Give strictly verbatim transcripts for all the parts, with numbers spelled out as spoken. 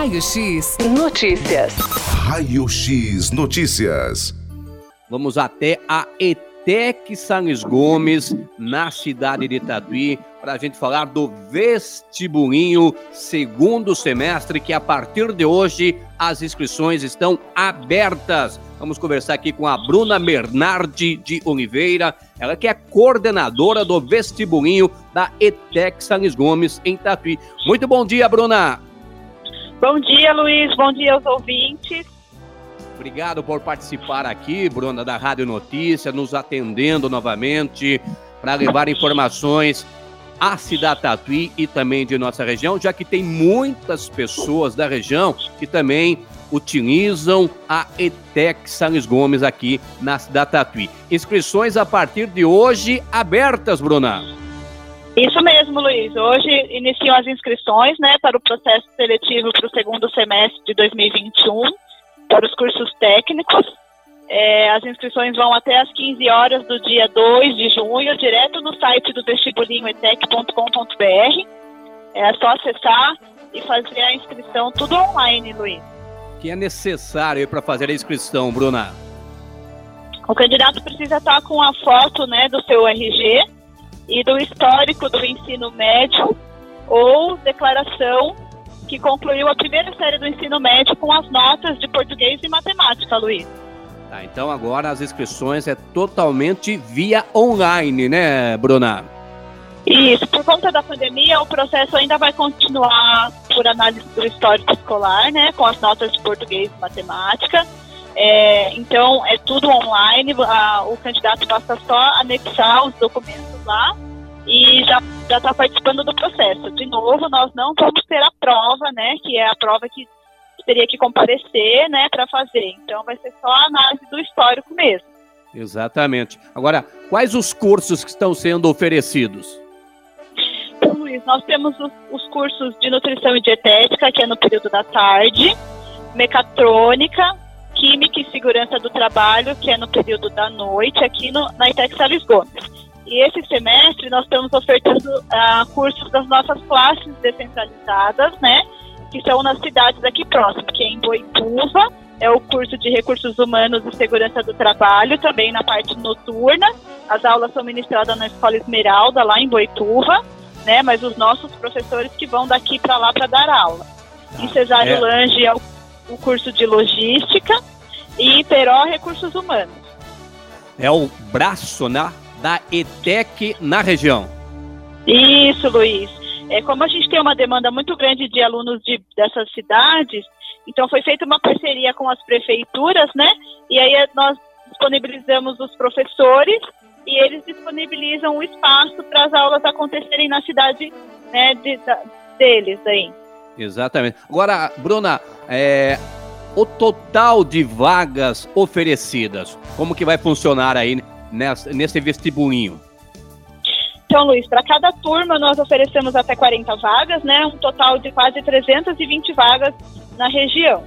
Raio X Notícias. Raio X Notícias. Vamos até a ETEC Sales Gomes, na cidade de Tatuí, para a gente falar do vestibulinho segundo semestre, que a partir de hoje as inscrições estão abertas. Vamos conversar aqui com a Bruna Bernardi de Oliveira, ela que é coordenadora do vestibulinho da ETEC Sales Gomes em Tatuí. Muito bom dia, Bruna. Bom dia, Luiz. Bom dia aos ouvintes. Obrigado por participar aqui, Bruna, da Rádio Notícia, nos atendendo novamente para levar informações à cidade de Tatuí e também de nossa região, já que tem muitas pessoas da região que também utilizam a ETEC Sales Gomes aqui na cidade de Tatuí. Inscrições a partir de hoje abertas, Bruna. Isso mesmo, Luiz. Hoje iniciam as inscrições, né, para o processo seletivo para o segundo semestre de dois mil e vinte e um, para os cursos técnicos. É, as inscrições vão até às quinze horas do dia dois de junho, direto no site do vestibulinho etec ponto com ponto br. É só acessar e fazer a inscrição, tudo online, Luiz. O que é necessário para fazer a inscrição, Bruna? O candidato precisa estar com a foto, né, do seu R G e do histórico do ensino médio ou declaração que concluiu a primeira série do ensino médio com as notas de português e matemática, Luiz. Tá, então agora as inscrições é totalmente via online, né, Bruna? Isso, por conta da pandemia, o processo ainda vai continuar por análise do histórico escolar, né, com as notas de português e matemática. É, então, é tudo online, a, o candidato basta só anexar os documentos lá e já já está participando do processo. De novo, nós não vamos ter a prova, né, que é a prova que teria que comparecer, né, para fazer. Então, vai ser só a análise do histórico mesmo. Exatamente. Agora, quais os cursos que estão sendo oferecidos? Então, Luiz, nós temos os, os cursos de nutrição e dietética, que é no período da tarde, mecatrônica, química e segurança do trabalho, que é no período da noite, aqui no, na ETEC Sales Gomes. E esse semestre nós estamos ofertando uh, cursos das nossas classes descentralizadas, né, que são nas cidades aqui próximas, que é em Boituva, é o curso de recursos humanos e segurança do trabalho, também na parte noturna. As aulas são ministradas na Escola Esmeralda, lá em Boituva, né, mas os nossos professores que vão daqui para lá para dar aula. Em Cesário é. Lange é o, o curso de logística e Peró, recursos humanos. É o braço, né, da ETEC na região. Isso, Luiz. É, como a gente tem uma demanda muito grande de alunos de, dessas cidades, então foi feita uma parceria com as prefeituras, né? E aí nós disponibilizamos os professores e eles disponibilizam o espaço para as aulas acontecerem na cidade, né, de, da, deles aí. Exatamente. Agora, Bruna, é, o total de vagas oferecidas, como que vai funcionar aí nesse, nesse vestibulinho? Então, Luiz, para cada turma nós oferecemos até quarenta vagas, né? Um total de quase trezentas e vinte vagas na região.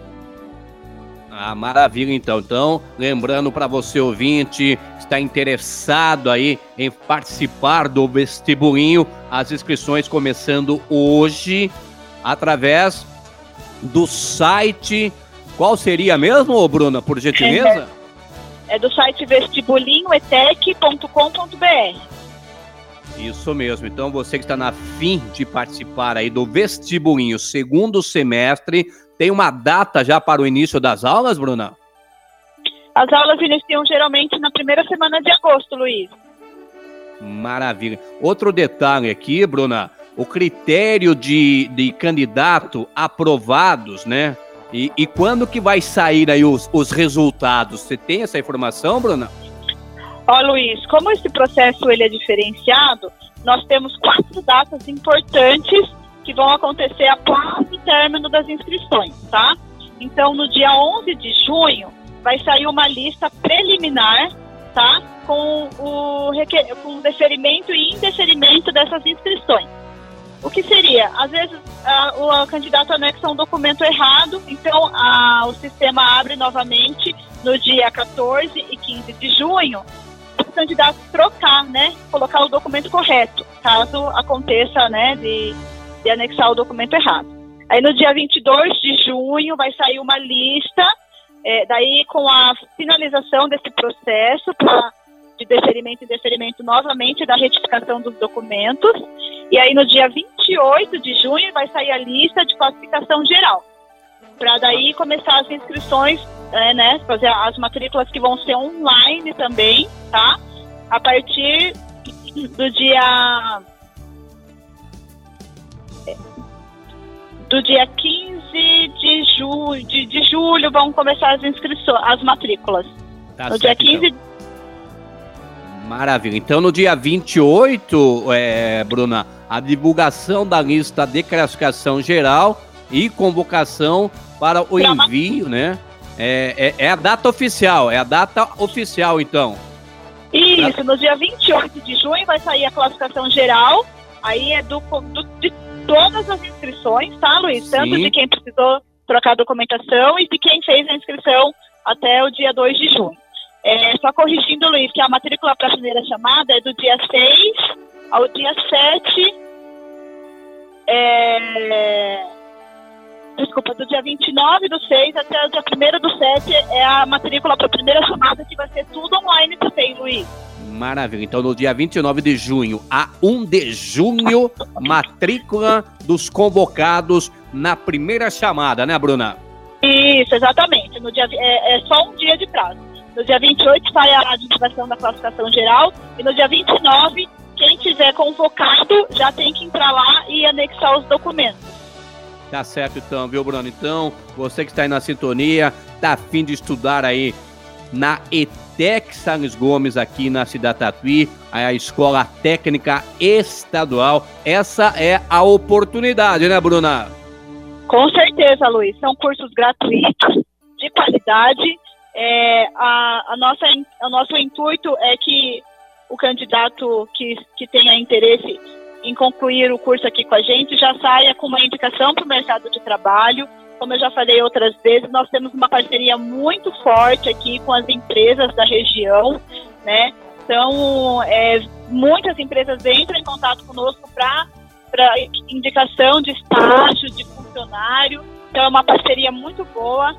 Ah, maravilha, então. Então, lembrando para você, ouvinte, que está interessado aí em participar do vestibulinho, as inscrições começando hoje, através do site. Qual seria mesmo, Bruna, por gentileza? É, é do site vestibulinho etec ponto com ponto br. Isso mesmo. Então, você que está na fim de participar aí do vestibulinho segundo semestre, tem uma data já para o início das aulas, Bruna? As aulas iniciam geralmente na primeira semana de agosto, Luiz. Maravilha. Outro detalhe aqui, Bruna, o critério de, de candidato aprovados, né? E, e quando que vai sair aí os, os resultados? Você tem essa informação, Bruna? Ó, Luiz, como esse processo ele é diferenciado, nós temos quatro datas importantes que vão acontecer após o término das inscrições, tá? Então, no dia onze de junho, vai sair uma lista preliminar, tá? Com o, requer... com o deferimento e indeferimento dessas inscrições. O que seria? Às vezes, a, o a candidato anexa um documento errado, então a, o sistema abre novamente no dia quatorze e quinze de junho, o candidato trocar, né, colocar o documento correto, caso aconteça, né, de, de anexar o documento errado. Aí no dia vinte e dois de junho vai sair uma lista, é, daí com a finalização desse processo pra, de deferimento e deferimento novamente da retificação dos documentos. E aí no dia vinte e oito de junho vai sair a lista de classificação geral, para daí começar as inscrições, é, né, fazer as matrículas que vão ser online também, tá? A partir do dia do dia quinze de julho, de, de julho vão começar as inscrições, as matrículas. Tá no certo, dia quinze então. Maravilha. Então, no dia vinte e oito, é, Bruna, a divulgação da lista de classificação geral e convocação para o envio, né? É, é, é a data oficial, é a data oficial, então. Isso, no dia vinte e oito de junho vai sair a classificação geral, aí é do, do, de todas as inscrições, tá, Luiz? Sim. Tanto de quem precisou trocar a documentação e de quem fez a inscrição até o dia dois de junho. É, só corrigindo, Luiz, que a matrícula para a primeira chamada é do dia seis ao dia sete, é, desculpa, do dia vinte e nove do seis até o dia primeiro do sete é a matrícula para a primeira chamada, que vai ser tudo online também, Luiz. Maravilha. Então, no dia vinte e nove de junho a um de junho, matrícula dos convocados na primeira chamada, né, Bruna? Isso, exatamente. No dia, é, é só um dia de prazo. No dia vinte e oito sai a divulgação da classificação geral e no dia vinte e nove, quem tiver convocado já tem que entrar lá e anexar os documentos. Tá certo então, viu, Bruno? Então, você que está aí na sintonia, tá a fim de estudar aí na E T E C Sales Gomes, aqui na cidade Tatuí, a Escola Técnica Estadual. Essa é a oportunidade, né, Bruna? Com certeza, Luiz. São cursos gratuitos, de qualidade. É, a, a nossa, o nosso intuito é que o candidato que, que tenha interesse em concluir o curso aqui com a gente já saia com uma indicação para o mercado de trabalho. Como eu já falei outras vezes, nós temos uma parceria muito forte aqui com as empresas da região, né? Então, é, muitas empresas entram em contato conosco para para indicação de estágio, de funcionário. Então, é uma parceria muito boa.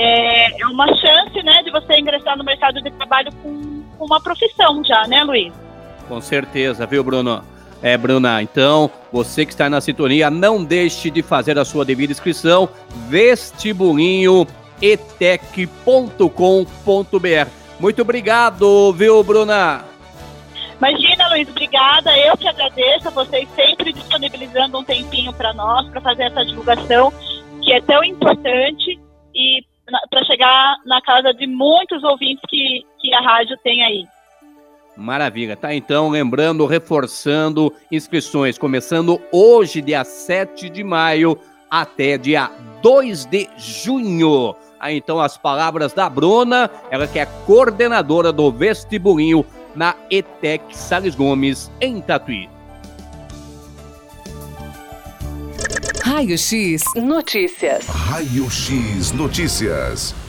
É, é uma chance, né, de você ingressar no mercado de trabalho com, com uma profissão já, né, Luiz? Com certeza, viu, Bruno? É, Bruna, então, você que está na sintonia, não deixe de fazer a sua devida inscrição, vestibulinho e t e c ponto com ponto b r. Muito obrigado, viu, Bruna? Imagina, Luiz, obrigada. Eu que agradeço a vocês sempre disponibilizando um tempinho para nós, para fazer essa divulgação, que é tão importante e para chegar na casa de muitos ouvintes que, que a rádio tem aí. Maravilha, tá? Então, lembrando, reforçando, inscrições começando hoje, dia sete de maio, até dia dois de junho. Aí, então, as palavras da Bruna, ela que é coordenadora do vestibulinho na E T E C Sales Gomes, em Tatuí. Raio X Notícias. Raio X Notícias.